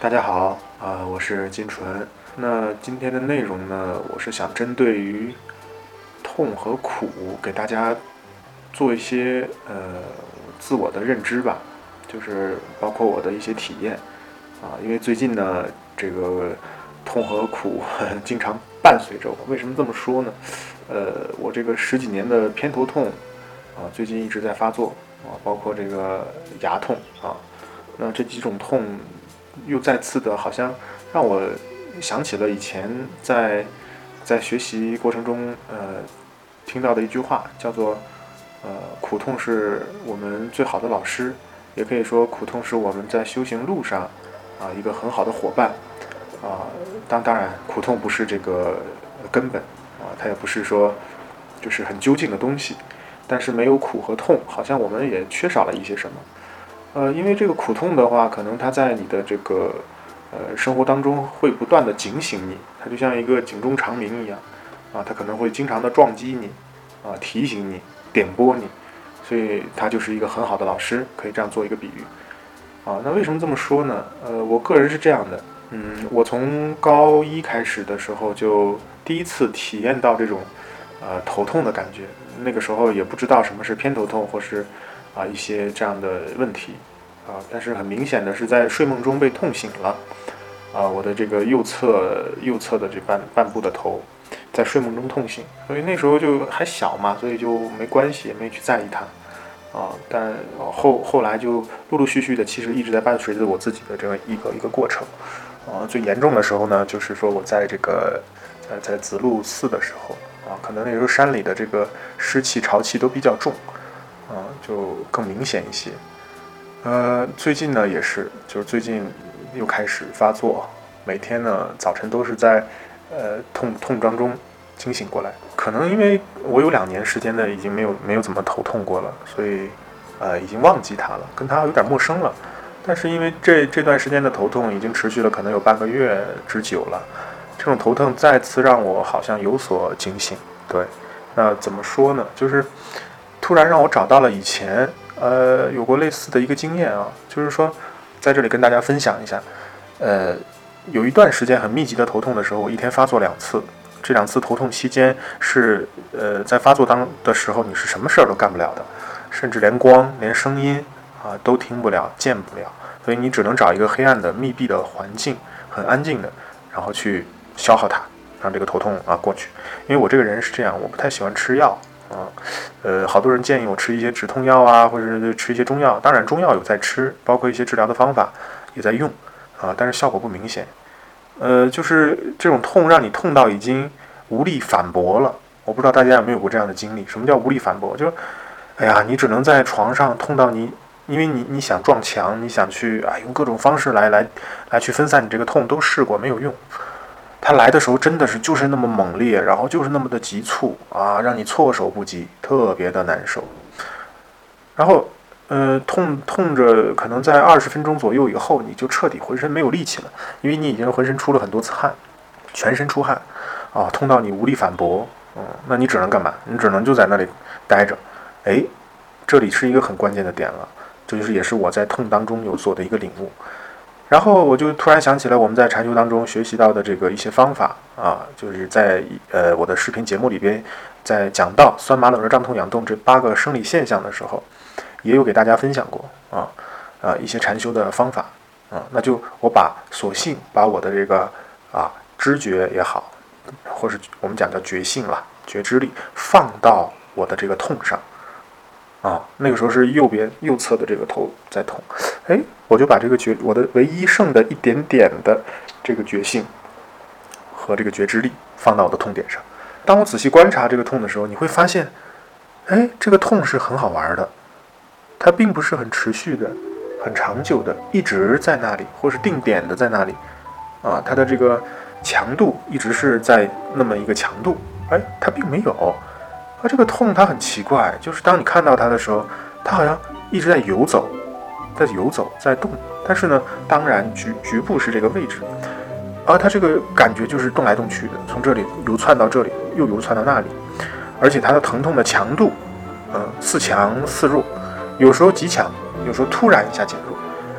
大家好，我是金纯。那今天的内容呢，我是想针对于痛和苦，给大家做一些自我的认知吧，就是包括我的一些体验因为最近呢，这个痛和苦经常伴随着我。为什么这么说呢？我这个十几年的偏头痛最近一直在发作包括这个牙痛那这几种痛又再次的，好像让我想起了以前在学习过程中，听到的一句话，叫做苦痛是我们最好的老师，也可以说苦痛是我们在修行路上一个很好的伙伴当然，苦痛不是这个根本它也不是说就是很究竟的东西，但是没有苦和痛，好像我们也缺少了一些什么。因为这个苦痛的话，可能它在你的这个生活当中会不断的警醒你，它就像一个警钟长鸣一样它可能会经常的撞击你提醒你、点拨你，所以它就是一个很好的老师，可以这样做一个比喻那为什么这么说呢？我个人是这样的，我从高一开始的时候就第一次体验到这种头痛的感觉，那个时候也不知道什么是偏头痛，或是一些这样的问题但是很明显的是在睡梦中被痛醒了我的这个右侧的这半部的头在睡梦中痛醒，所以那时候就还小嘛，所以就没关系，也没去在意它但后来就陆陆续续的，其实一直在伴随着我自己的这样一个过程最严重的时候呢，就是说我在这个在子路寺的时候可能那时候山里的这个湿气潮气都比较重就更明显一些。最近呢也是，就是最近又开始发作，每天呢早晨都是在痛当中惊醒过来。可能因为我有2年时间的已经没有怎么头痛过了，所以已经忘记它了，跟它有点陌生了。但是因为这段时间的头痛已经持续了可能有半个月之久了，这种头痛再次让我好像有所警醒。对，那怎么说呢？就是突然让我找到了以前有过类似的一个经验就是说在这里跟大家分享一下。有一段时间很密集的头痛的时候，我一天发作2次。这2次头痛期间是在发作的时候，你是什么事儿都干不了的，甚至连光、连声音都听不了、见不了，所以你只能找一个黑暗的、密闭的环境，很安静的，然后去消耗它，让这个头痛过去。因为我这个人是这样，我不太喜欢吃药好多人建议我吃一些止痛药或者是吃一些中药，当然中药有在吃，包括一些治疗的方法也在用但是效果不明显。就是这种痛让你痛到已经无力反驳了。我不知道大家有没有过这样的经历？什么叫无力反驳？就是，哎呀，你只能在床上痛到你，因为你想撞墙，你想去用各种方式来去分散你这个痛，都试过没有用。它来的时候真的是就是那么猛烈，然后就是那么的急促让你措手不及，特别的难受。然后痛着可能在20分钟左右以后，你就彻底浑身没有力气了，因为你已经浑身出了很多次汗，全身出汗痛到你无力反驳那你只能干嘛？你只能就在那里待着。这里是一个很关键的点了，这就是也是我在痛当中有所的一个领悟。然后我就突然想起来我们在禅修当中学习到的这个一些方法就是在我的视频节目里边，在讲到酸麻冷热胀痛痒动这8个生理现象的时候，也有给大家分享过一些禅修的方法那就我索性把我的这个知觉也好，或是我们讲叫觉性了，觉知力放到我的这个痛上那个时候是右侧的这个头在痛，我就把这个我的唯一剩的一点点的这个觉性和这个觉知力放到我的痛点上。当我仔细观察这个痛的时候，你会发现，这个痛是很好玩的，它并不是很持续的、很长久的，一直在那里，或是定点的在那里它的这个强度一直是在那么一个强度，它并没有。这个痛它很奇怪，就是当你看到它的时候，它好像一直在游走，在动，但是呢，当然局部是这个位置，它这个感觉就是动来动去的，从这里游窜到这里，又游窜到那里，而且它的疼痛的强度，似强似弱，有时候极强，有时候突然一下减弱，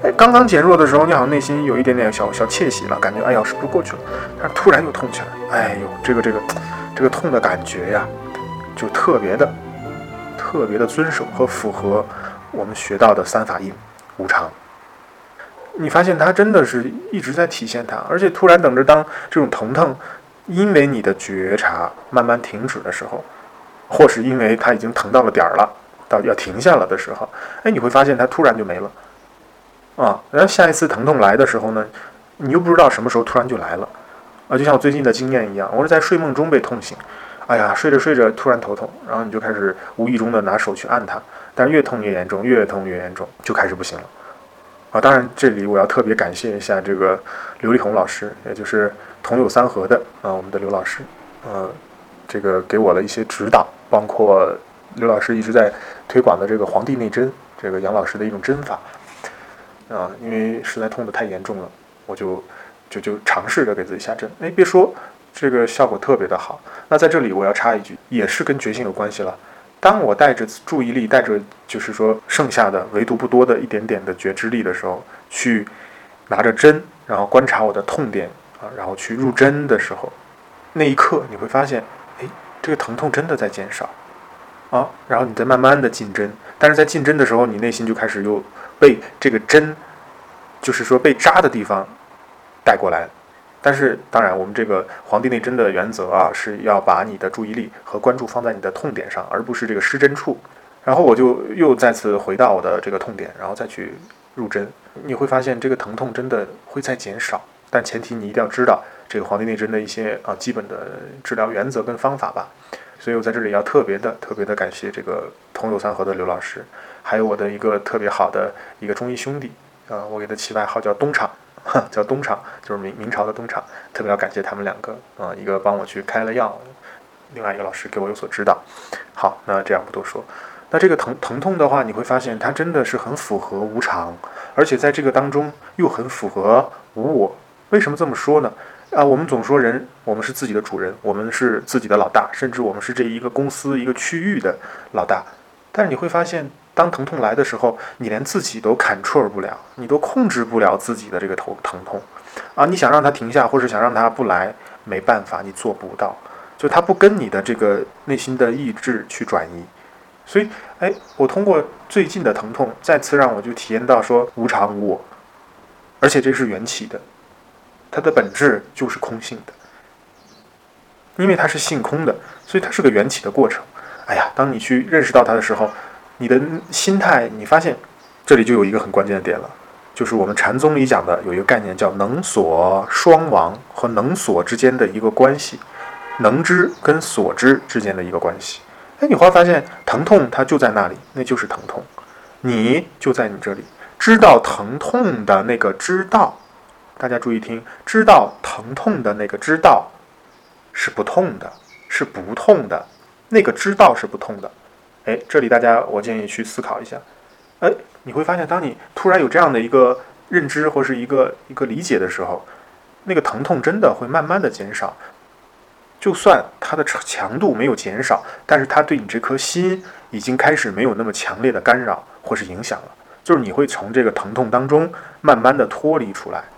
刚刚减弱的时候，你好像内心有一点点小窃喜了，感觉哎呀是不是过去了？但是突然又痛起来，哎呦，这个痛的感觉呀，就特别的遵守和符合我们学到的三法印无常。你发现它真的是一直在体现它，而且突然等着当这种疼因为你的觉察慢慢停止的时候，或是因为它已经疼到了点儿了，到要停下了的时候，你会发现它突然就没了。然后下一次疼痛来的时候呢，你又不知道什么时候突然就来了，就像我最近的经验一样，我是在睡梦中被痛醒，哎呀，睡着睡着突然头痛，然后你就开始无意中的拿手去按它，但是越痛越严重，越痛越严重，就开始不行了。当然这里我要特别感谢一下这个刘立宏老师，也就是同有三合的我们的刘老师，这个给我了一些指导，包括刘老师一直在推广的这个黄帝内针，这个杨老师的一种针法。因为实在痛得太严重了，我就尝试着给自己下针。别说这个效果特别的好。那在这里我要插一句，也是跟觉性有关系了。当我带着注意力，带着就是说剩下的唯独不多的一点点的觉知力的时候，去拿着针，然后观察我的痛点然后去入针的时候，那一刻你会发现，这个疼痛真的在减少然后你再慢慢的进针，但是在进针的时候，你内心就开始又被这个针，就是说被扎的地方带过来。但是当然我们这个黄帝内针的原则是要把你的注意力和关注放在你的痛点上，而不是这个失针处。然后我就又再次回到我的这个痛点，然后再去入针，你会发现这个疼痛真的会在减少，但前提你一定要知道这个黄帝内针的一些基本的治疗原则跟方法吧。所以我在这里要特别的感谢这个同有三合的刘老师，还有我的一个特别好的一个中医兄弟我给他起外号叫东厂，叫东厂，就是明朝的东厂。特别要感谢他们两个一个帮我去开了药，另外一个老师给我有所指导。好，那这样不多说。那这个疼痛的话，你会发现它真的是很符合无常，而且在这个当中又很符合无我。为什么这么说呢？我们总说人，我们是自己的主人，我们是自己的老大，甚至我们是这一个公司一个区域的老大。但是你会发现，当疼痛来的时候，你连自己都 control 不了，你都控制不了自己的这个疼痛你想让它停下，或是想让它不来，没办法，你做不到，就它不跟你的这个内心的意志去转移。所以我通过最近的疼痛再次让我就体验到说无常无我，而且这是缘起的，它的本质就是空性的，因为它是性空的，所以它是个缘起的过程。当你去认识到它的时候，你的心态，你发现这里就有一个很关键的点了，就是我们禅宗里讲的有一个概念叫能所双亡和能所之间的一个关系，能知跟所知之间的一个关系。你会发现疼痛它就在那里，那就是疼痛，你就在你这里，知道疼痛的那个知道，大家注意听，知道疼痛的那个知道是不痛的，是不痛的，那个知道是不痛的。这里大家我建议去思考一下。你会发现当你突然有这样的一个认知或是一个理解的时候，那个疼痛真的会慢慢的减少。就算它的强度没有减少，但是它对你这颗心已经开始没有那么强烈的干扰或是影响了，就是你会从这个疼痛当中慢慢的脱离出来。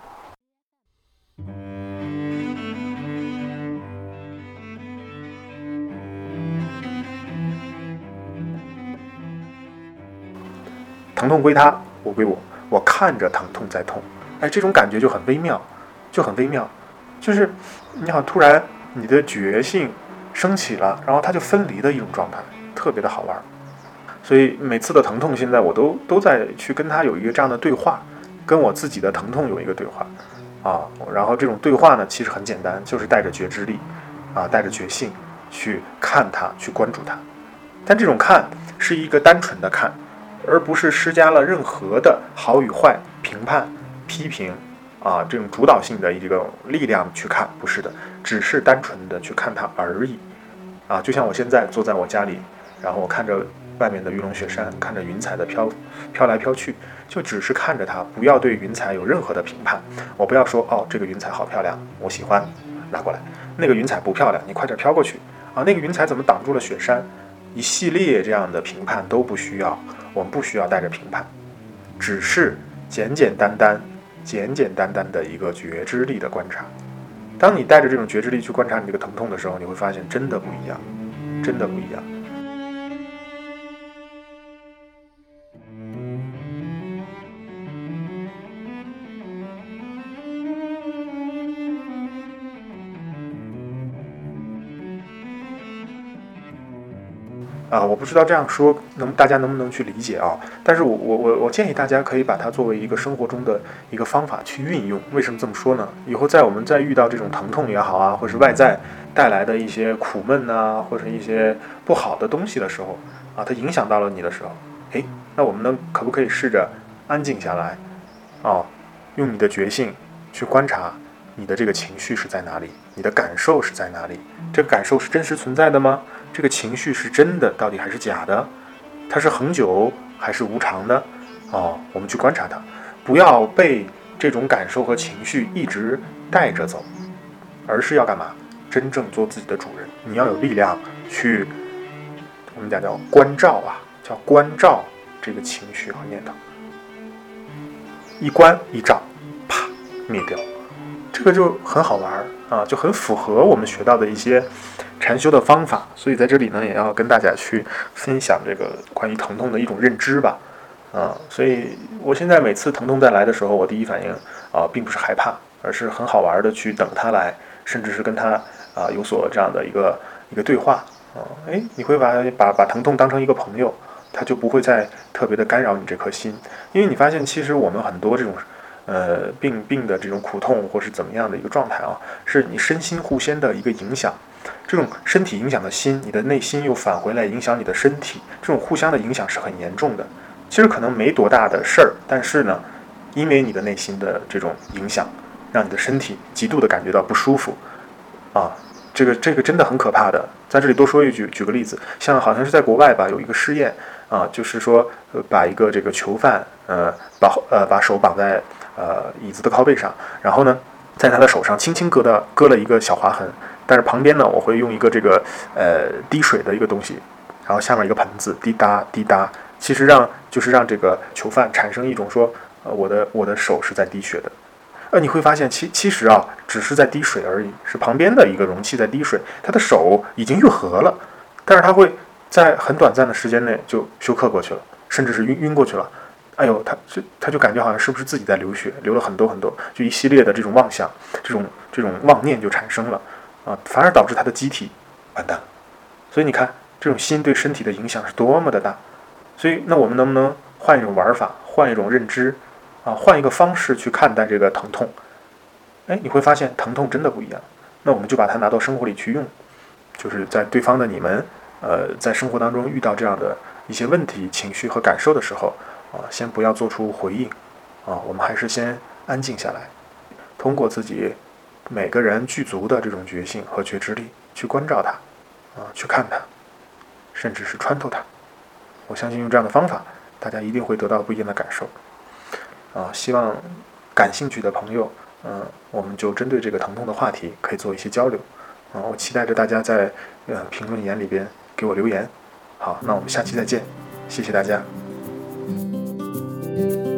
疼痛归他，我归我，我看着疼痛在痛，这种感觉就很微妙，就是你好突然你的觉性升起了，然后它就分离的一种状态，特别的好玩。所以每次的疼痛，现在我都在去跟他有一个这样的对话，跟我自己的疼痛有一个对话然后这种对话呢，其实很简单，就是带着觉知力带着觉性去看它，去关注它。但这种看是一个单纯的看，而不是施加了任何的好与坏、评判、批评这种主导性的一个力量去看，不是的，只是单纯的去看它而已就像我现在坐在我家里，然后我看着外面的玉龙雪山，看着云彩的飘来飘去，就只是看着它，不要对云彩有任何的评判。我不要说这个云彩好漂亮，我喜欢，拿过来；那个云彩不漂亮，你快点飘过去那个云彩怎么挡住了雪山？一系列这样的评判都不需要，我们不需要带着评判，只是简简单单的一个觉知力的观察。当你带着这种觉知力去观察你这个疼痛的时候，你会发现真的不一样，真的不一样。我不知道这样说大家能不能去理解啊？但是我建议大家可以把它作为一个生活中的一个方法去运用。为什么这么说呢？以后我们再遇到这种疼痛也好啊，或是外在带来的一些苦闷啊，或者一些不好的东西的时候它影响到了你的时候，那我们可不可以试着安静下来用你的觉性去观察你的这个情绪是在哪里，你的感受是在哪里？这个感受是真实存在的吗？这个情绪是真的到底还是假的？它是恒久还是无常的？我们去观察它，不要被这种感受和情绪一直带着走，而是要干嘛？真正做自己的主人。你要有力量去，我们讲叫关照叫关照这个情绪和念头。一关一照，啪灭掉。这个就很好玩就很符合我们学到的一些禅修的方法。所以在这里呢，也要跟大家去分享这个关于疼痛的一种认知吧。所以我现在每次疼痛再来的时候，我第一反应并不是害怕，而是很好玩的去等它来，甚至是跟它有所这样的一个对话。你会把疼痛当成一个朋友，它就不会再特别的干扰你这颗心。因为你发现其实我们很多这种病的这种苦痛或是怎么样的一个状态是你身心互相的一个影响。这种身体影响的心，你的内心又返回来影响你的身体，这种互相的影响是很严重的。其实可能没多大的事儿，但是呢，因为你的内心的这种影响，让你的身体极度的感觉到不舒服这个真的很可怕的。在这里多说一句，举个例子，像好像是在国外吧，有一个试验就是说把一个这个囚犯把手绑在椅子的靠背上，然后呢，在他的手上轻轻割了一个小划痕，但是旁边呢，我会用一个这个滴水的一个东西，然后下面一个盆子，滴答滴答，其实让这个囚犯产生一种说我的手是在滴血的。你会发现其实只是在滴水而已，是旁边的一个容器在滴水，他的手已经愈合了，但是他会在很短暂的时间内就休克过去了，甚至是晕过去了。他就感觉好像是不是自己在流血，流了很多很多，就一系列的这种妄想，这种妄念就产生了反而导致他的机体完蛋了。所以你看，这种心对身体的影响是多么的大。所以那我们能不能换一种玩法，换一种认知换一个方式去看待这个疼痛？你会发现疼痛真的不一样。那我们就把它拿到生活里去用，就是在对方的你们在生活当中遇到这样的一些问题、情绪和感受的时候先不要做出回应我们还是先安静下来，通过自己每个人具足的这种觉性和觉知力去关照它去看它，甚至是穿透它。我相信用这样的方法，大家一定会得到不一样的感受希望感兴趣的朋友我们就针对这个疼痛的话题可以做一些交流我期待着大家在评论言里边给我留言。好，那我们下期再见，谢谢大家。